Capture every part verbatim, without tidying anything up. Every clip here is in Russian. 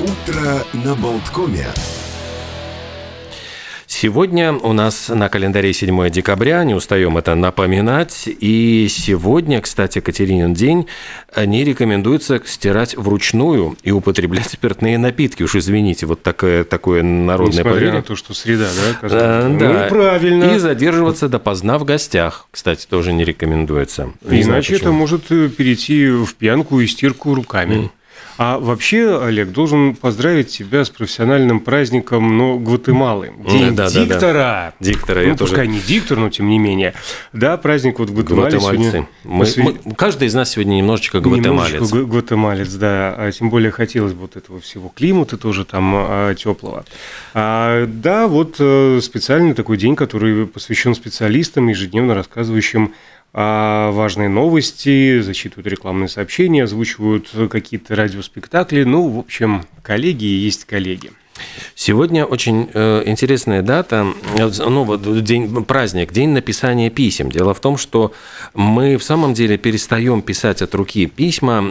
Утро на Болткоме. Сегодня у нас на календаре седьмое декабря, не устаем это напоминать. И сегодня, кстати, Катеринин день, не рекомендуется стирать вручную и употреблять спиртные напитки. Уж извините, вот такое, такое народное поверье. Несмотря поверье. на то, что среда, да? А, ну да. И правильно. И задерживаться допоздна в гостях, кстати, тоже не рекомендуется. Не Иначе знаю, это может перейти в пьянку и стирку руками. Mm. А вообще, Олег, должен поздравить тебя с профессиональным праздником, но Гватемалы. День да, да, диктора. Да. Диктора. Ну, я пускай тоже... не диктор, но тем не менее. Да, праздник вот в Гватемале сегодня... Мы, мы, каждый из нас сегодня немножечко гватемалец. Немножечко гватемалец, да. А тем более хотелось бы вот этого всего климата тоже там а, теплого. А, да, вот специальный такой день, который посвящен специалистам, ежедневно рассказывающим а важные новости, зачитывают рекламные сообщения, озвучивают какие-то радиоспектакли. Ну, в общем, коллеги и есть коллеги. Сегодня очень э, интересная дата, ну, вот день, праздник, день написания писем. Дело в том, что мы в самом деле перестаем писать от руки письма,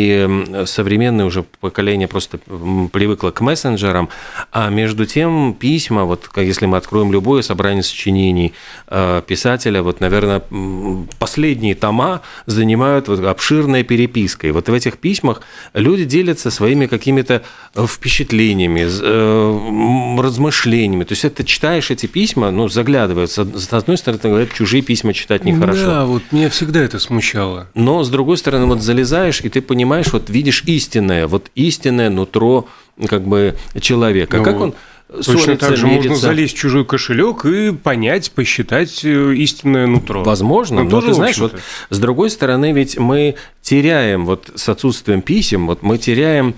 и современное уже поколение просто привыкло к мессенджерам, а между тем письма, вот если мы откроем любое собрание сочинений э, писателя, вот, наверное, последние тома занимают вот обширной перепиской. Вот в этих письмах люди делятся своими какими-то впечатлениями, размышлениями. То есть, это читаешь эти письма, ну, заглядывают. С одной стороны, говорят, чужие письма читать нехорошо. Да, вот меня всегда это смущало. Но, с другой стороны, вот залезаешь, и ты понимаешь, вот видишь истинное, вот истинное нутро как бы человека. Ну, как он точно так же мирится. Можно залезть в чужой кошелек и понять, посчитать истинное нутро. Возможно, но, но ты знаешь, вот с другой стороны, ведь мы теряем вот с отсутствием писем, вот мы теряем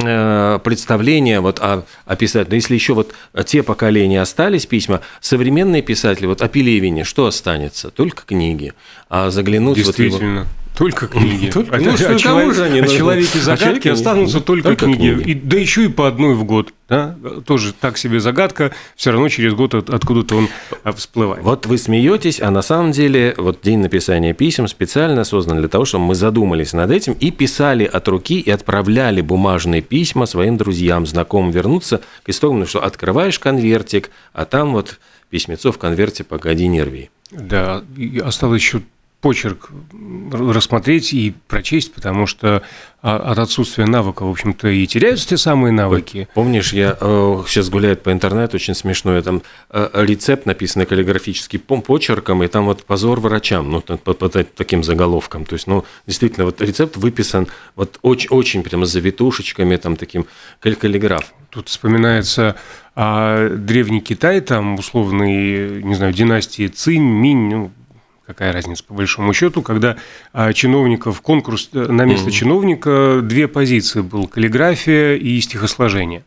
э, представление вот о, о писателе. Если еще вот те поколения остались письма, современные писатели, вот о Пелевине, что останется? Только книги. А заглянуть действительно. Вот его... Только книги. Только, а ну, а человек, же они а человеки-загадки останутся только, только книги. книги. И, да еще и по одной в год. Да? Тоже так себе загадка, все равно через год от, откуда-то он всплывает. Вот вы смеетесь, а на самом деле вот день написания писем специально создан для того, чтобы мы задумались над этим и писали от руки и отправляли бумажные письма своим друзьям, знакомым, вернуться к истокам, что открываешь конвертик, а там вот письмецо в конверте «Погоди, не рви». Да, и осталось еще почерк рассмотреть и прочесть, потому что от отсутствия навыка, в общем-то, и теряются те самые навыки. Помнишь, я э, сейчас гуляю по интернету, очень смешной, там э, рецепт написанный каллиграфически почерком, и там вот «позор врачам», ну, по, по, по таким заголовкам. То есть, ну, действительно, вот рецепт выписан вот очень, очень прямо с завитушечками, там таким каллиграф. Тут вспоминается а, древний Китай, там условные, не знаю, династии Цинь, Минь, ну, какая разница, по большому счету, когда чиновников, конкурс на место mm-hmm. чиновника, две позиции был: каллиграфия и стихосложение.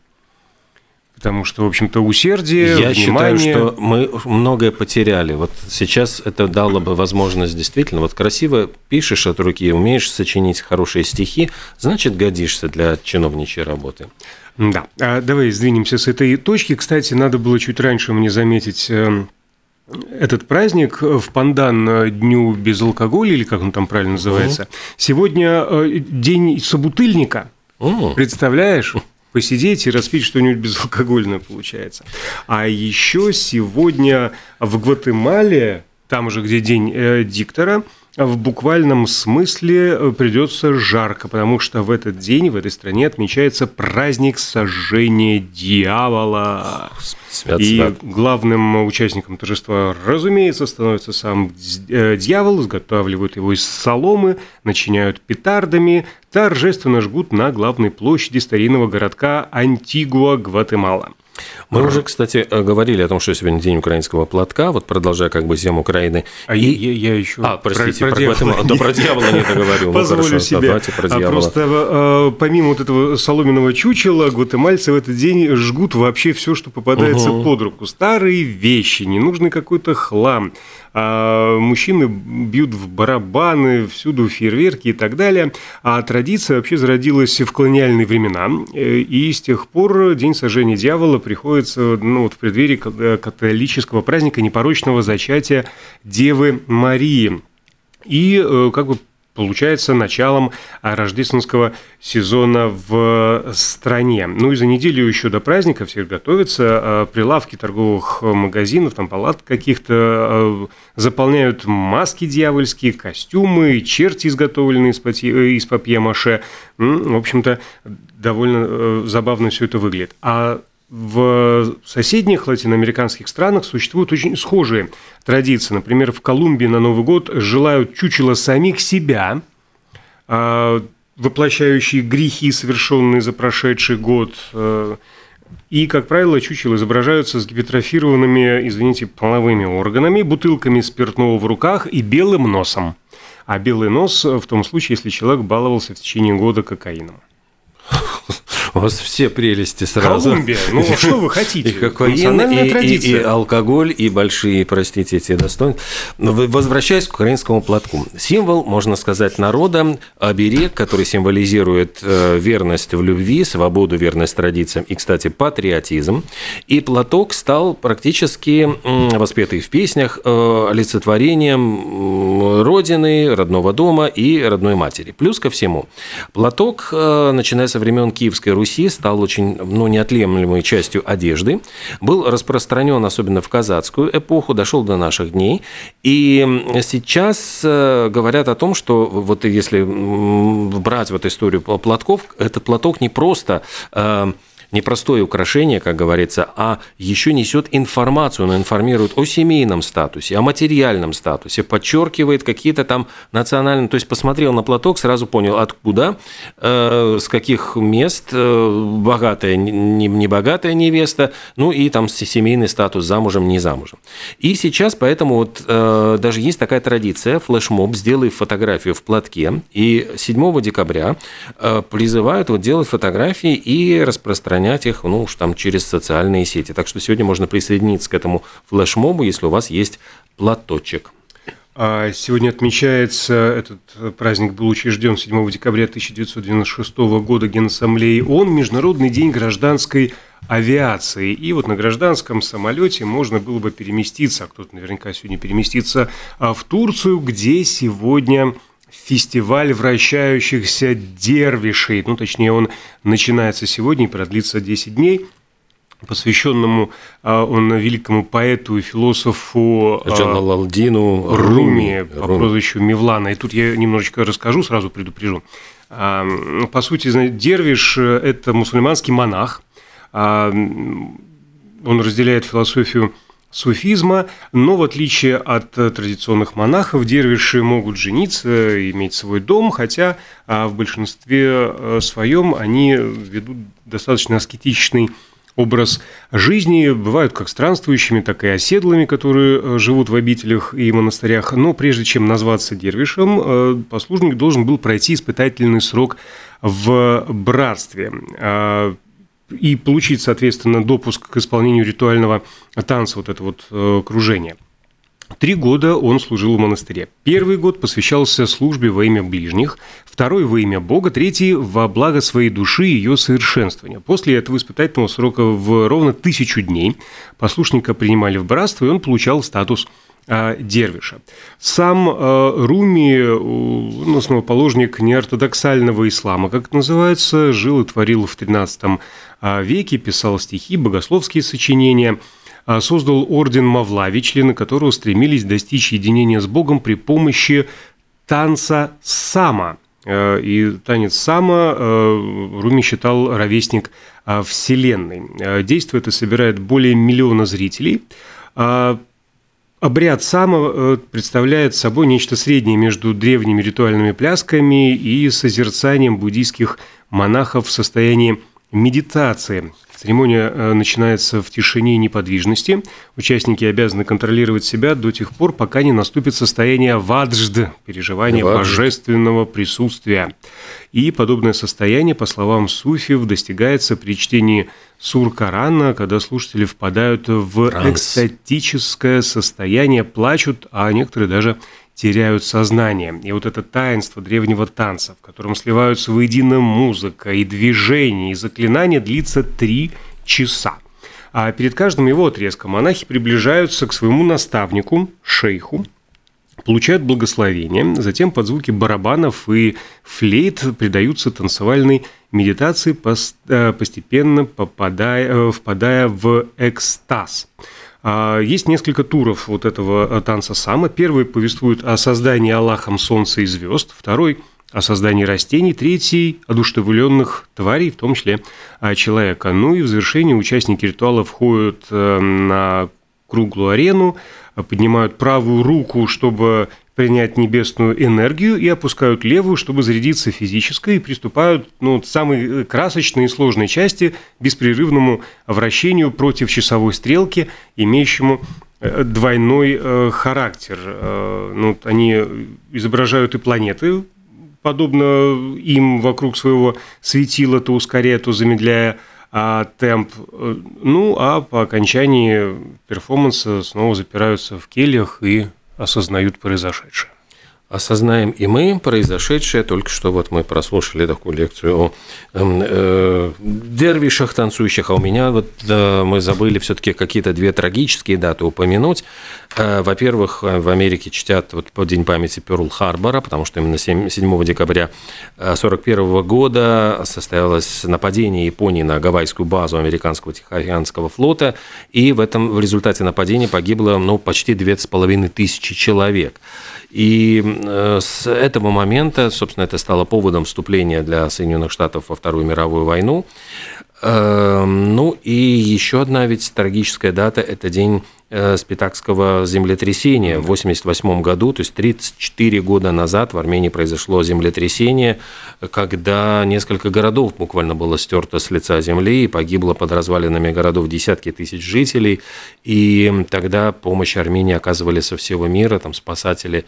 Потому что, в общем-то, усердие, Я внимание... считаю, что мы многое потеряли. Вот сейчас это дало бы возможность действительно... Вот красиво пишешь от руки, умеешь сочинить хорошие стихи, значит, годишься для чиновничьей работы. Да. А давай сдвинемся с этой точки. Кстати, надо было чуть раньше мне заметить... Этот праздник в пандан Дню без алкоголя, или как он там правильно называется, uh-huh. сегодня день собутыльника. Uh-huh. Представляешь? Посидеть и распить что-нибудь безалкогольное получается. А еще сегодня в Гватемале, там же, где день э, диктора, в буквальном смысле придется жарко, потому что в этот день в этой стране отмечается праздник сожжения дьявола. Свят, и свят. Главным участником торжества, разумеется, становится сам дьявол, изготавливают его из соломы, начиняют петардами, торжественно жгут на главной площади старинного городка Антигуа, Гватемала. Мы уже, кстати, говорили о том, что сегодня день украинского платка, вот продолжая как бы зиму Украины. А и... я, я еще... А, простите, про, про, про дьявола. Да, про дьявола не договорил. Позволю ну, хорошо, себе. Давайте про дьявола. А просто помимо вот этого соломенного чучела, гватемальцы в этот день жгут вообще все, что попадается угу. под руку. Старые вещи, ненужный какой-то хлам. А мужчины бьют в барабаны, всюду фейерверки и так далее. А традиция вообще зародилась в колониальные времена. И с тех пор день сожжения дьявола приходится ну, вот в преддверии католического праздника непорочного зачатия Девы Марии. И как бы получается началом рождественского сезона в стране. Ну и за неделю еще до праздника все готовятся. Прилавки торговых магазинов, там палат каких-то заполняют маски дьявольские, костюмы, черти, изготовленные из папье-маше. В общем-то, довольно забавно все это выглядит. А в соседних латиноамериканских странах существуют очень схожие традиции. Например, в Колумбии на Новый год желают чучела самих себя, воплощающие грехи, совершенные за прошедший год. И, как правило, чучела изображаются с гипертрофированными, извините, половыми органами, бутылками спиртного в руках и белым носом. А белый нос в том случае, если человек баловался в течение года кокаином. У вас все прелести сразу. Колумбия, ну что вы хотите? И кокаин, и, и, и алкоголь, и большие, простите, эти достоинства. Возвращаясь к украинскому платку. Символ, можно сказать, народа, оберег, который символизирует верность в любви, свободу, верность традициям и, кстати, патриотизм. И платок стал практически, воспетый в песнях, олицетворением родины, родного дома и родной матери. Плюс ко всему, платок, начиная со времен Киевской Руси, стал очень, ну, неотъемлемой частью одежды, был распространен особенно в казацкую эпоху, дошел до наших дней, и сейчас говорят о том, что вот если брать вот историю платков, этот платок не просто непростое украшение, как говорится, а еще несет информацию, он информирует о семейном статусе, о материальном статусе, подчеркивает какие-то там национальные... То есть посмотрел на платок, сразу понял, откуда, э, с каких мест, э, богатая, небогатая невеста, ну и там семейный статус, замужем, не замужем. И сейчас поэтому вот э, даже есть такая традиция, флешмоб, сделай фотографию в платке, и седьмого декабря э, призывают вот делать фотографии и распространять их, ну уж там через социальные сети. Так что сегодня можно присоединиться к этому флешмобу, если у вас есть платочек. Сегодня отмечается, этот праздник был учрежден седьмого декабря тысяча девятьсот девяносто шестого года Генассамблеей ООН, Международный день гражданской авиации. И вот на гражданском самолете можно было бы переместиться, а кто-то наверняка сегодня переместится в Турцию, где сегодня фестиваль вращающихся дервишей. Ну, точнее, он начинается сегодня и продлится десять дней, посвященному он великому поэту и философу Джалалдину Руми по прозвищу Мевлана. И тут я немножечко расскажу, сразу предупрежу. По сути, дервиш – это мусульманский монах. Он разделяет философию суфизма, но в отличие от традиционных монахов, дервиши могут жениться, иметь свой дом, хотя в большинстве своем они ведут достаточно аскетичный образ жизни, бывают как странствующими, так и оседлыми, которые живут в обителях и монастырях. Но прежде чем назваться дервишем, послушник должен был пройти испытательный срок в братстве и получить, соответственно, допуск к исполнению ритуального танца, вот это вот э, кружение. Три года он служил в монастыре. Первый год посвящался службе во имя ближних, второй во имя Бога, третий во благо своей души и ее совершенствования. После этого испытательного срока в ровно тысячу дней послушника принимали в братство, и он получал статус дервиша. Сам Руми, основоположник неортодоксального ислама, как это называется, жил и творил в тринадцатом веке, писал стихи, богословские сочинения, создал орден Мавлави, члены которого стремились достичь единения с Богом при помощи танца сама. И танец сама Руми считал ровесник Вселенной. Действие это собирает более миллиона зрителей. Обряд сама представляет собой нечто среднее между древними ритуальными плясками и созерцанием буддийских монахов в состоянии медитации. Церемония начинается в тишине и неподвижности. Участники обязаны контролировать себя до тех пор, пока не наступит состояние ваджд, переживание ваджд. божественного присутствия. И подобное состояние, по словам суфиев, достигается при чтении сур Корана, когда слушатели впадают в Транс. экстатическое состояние, плачут, а некоторые даже теряют сознание. И вот это таинство древнего танца, в котором сливаются воедино музыка и движение, и заклинание, длится три часа. А перед каждым его отрезком монахи приближаются к своему наставнику, шейху, получают благословение, затем под звуки барабанов и флейт предаются танцевальной медитации, постепенно попадая, впадая в экстаз. Есть несколько туров вот этого танца сама. Первый повествует о создании Аллахом солнца и звезд, второй – о создании растений, третий – одушевленных тварей, в том числе человека. Ну и в завершении участники ритуала входят на круглую арену, поднимают правую руку, чтобы принять небесную энергию, и опускают левую, чтобы зарядиться физической, и приступают ну, к самой красочной и сложной части – беспрерывному вращению против часовой стрелки, имеющему двойной характер. Ну, они изображают и планеты, подобно им вокруг своего светила, то ускоряя, то замедляя а, темп. Ну, а по окончании перформанса снова запираются в кельях и осознают произошедшее. Осознаем и мы произошедшее. Только что вот мы прослушали такую лекцию о э, э, дервишах танцующих, а у меня вот э, мы забыли все-таки какие-то две трагические даты упомянуть. Э, во-первых, в Америке чтят вот по День памяти Пёрл-Харбора, потому что именно седьмого декабря сорок первого года состоялось нападение Японии на гавайскую базу американского Тихоокеанского флота, и в этом в результате нападения погибло ну, почти две с половиной тысячи человек. И с этого момента, собственно, это стало поводом вступления для Соединенных Штатов во Вторую мировую войну. Ну и еще одна ведь трагическая дата – это день Спитакского землетрясения в восемьдесят восьмом году, то есть тридцать четыре года назад в Армении произошло землетрясение, когда несколько городов буквально было стерто с лица земли, и погибло под развалинами городов десятки тысяч жителей, и тогда помощь Армении оказывали со всего мира, там спасатели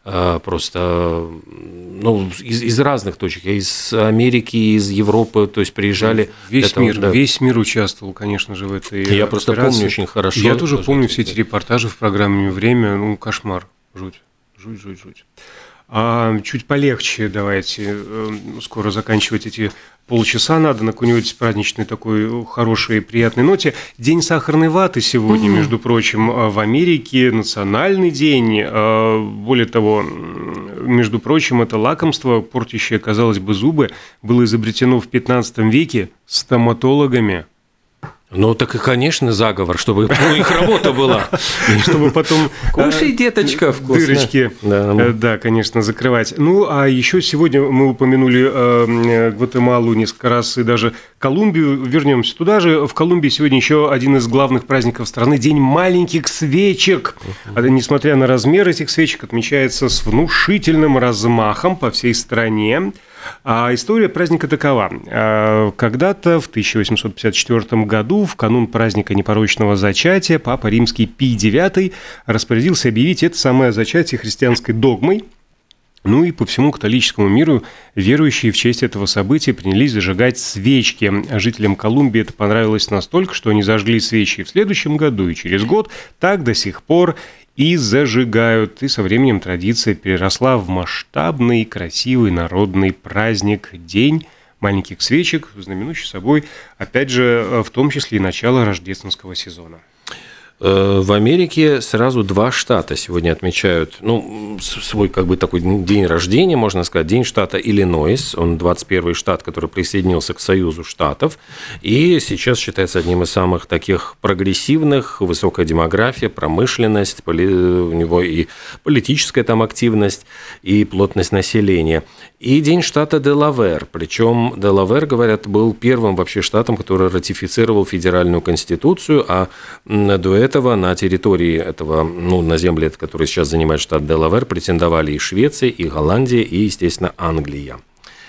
просто ну, из, из разных точек, из Америки, из Европы, то есть приезжали. Весь это, мир, да. весь мир участвовал, конечно же, в этой Я операции. Просто помню очень хорошо. Я тоже помню все эти репортажи в программе «Время», ну, кошмар, жуть, жуть, жуть, жуть. А чуть полегче давайте, скоро заканчивать эти полчаса надо на какой-нибудь праздничной такой хорошей и приятной ноте. День сахарной ваты сегодня, mm-hmm. между прочим, в Америке, национальный день. Более того, между прочим, это лакомство, портящее, казалось бы, зубы, было изобретено в пятнадцатом веке стоматологами. Ну, так и, конечно, заговор, чтобы их работа была. Чтобы потом... Кушай, деточка, вкусно. Дырочки, да. да, конечно, закрывать. Ну, а еще сегодня мы упомянули э, Гватемалу несколько раз и даже Колумбию. Вернемся туда же. В Колумбии сегодня еще один из главных праздников страны – День маленьких свечек. А, несмотря на размер этих свечек, отмечается с внушительным размахом по всей стране. А история праздника такова. Когда-то в тысяча восемьсот пятьдесят четвёртом году, в канун праздника непорочного зачатия, Папа Римский Пий девятый распорядился объявить это самое зачатие христианской догмой. Ну и по всему католическому миру верующие в честь этого события принялись зажигать свечки. А жителям Колумбии это понравилось настолько, что они зажгли свечи в следующем году и через год, так до сих пор и зажигают. И со временем традиция переросла в масштабный, красивый народный праздник – День маленьких свечек, знаменующий собой, опять же, в том числе и начало рождественского сезона. В Америке сразу два штата сегодня отмечают, ну, свой как бы такой день рождения, можно сказать, день штата Иллинойс. Он двадцать первый штат, который присоединился к Союзу штатов, и сейчас считается одним из самых таких прогрессивных, высокая демография, промышленность, у него и политическая там активность, и плотность населения. И день штата Делавэр, причем Делавэр, говорят, был первым вообще штатом, который ратифицировал федеральную конституцию, а до этого этого на территории этого, ну, на земле, который сейчас занимает штат Делавэр, претендовали и Швеция, и Голландия, и, естественно, Англия.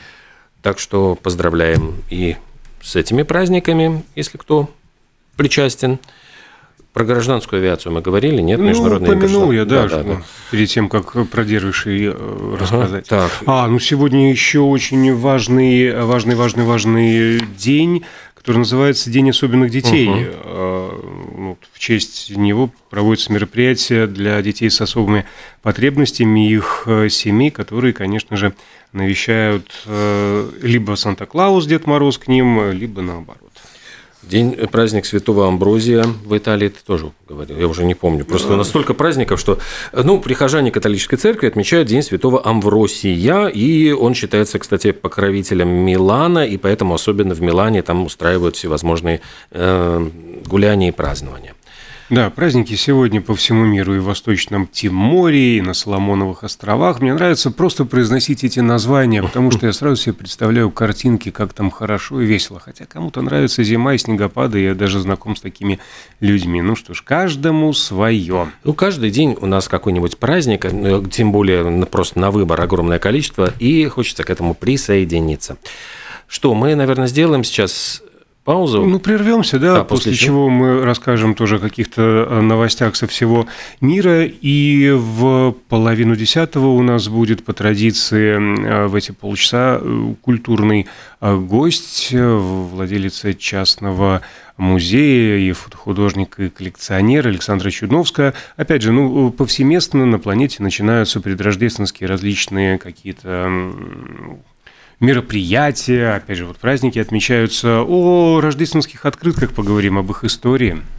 Так что поздравляем и с этими праздниками, если кто причастен. Про гражданскую авиацию мы говорили, нет? Ну, упомянул я, да, да, да, да, перед тем, как про дервишей рассказать. Ага, а, ну сегодня еще очень важный, важный, важный, важный день, который называется День особенных детей. Uh-huh. В честь него проводятся мероприятия для детей с особыми потребностями и их семей, которые, конечно же, навещают либо Санта-Клаус, Дед Мороз к ним, либо наоборот. День, праздник Святого Амброзия в Италии, ты тоже говорил, я уже не помню. Просто настолько праздников, что ну, прихожане католической церкви отмечают День Святого Амвросия, и он считается, кстати, покровителем Милана, и поэтому особенно в Милане там устраивают всевозможные э, гуляния и празднования. Да, праздники сегодня по всему миру, и в Восточном Тиморе, и на Соломоновых островах. Мне нравится просто произносить эти названия, потому что я сразу себе представляю картинки, как там хорошо и весело. Хотя кому-то нравится зима и снегопады, я даже знаком с такими людьми. Ну что ж, каждому свое. Ну, каждый день у нас какой-нибудь праздник, тем более просто на выбор огромное количество, и хочется к этому присоединиться. Что, мы, наверное, сделаем сейчас... паузу. Ну, прервемся, да, да после, после чего мы расскажем тоже о каких-то новостях со всего мира. И в половину десятого у нас будет по традиции в эти полчаса культурный гость, владелица частного музея и художник и коллекционер Александра Чудновская. Опять же, ну, повсеместно на планете начинаются предрождественские различные какие-то... мероприятия, опять же, вот праздники отмечаются. О рождественских открытках поговорим, об их истории.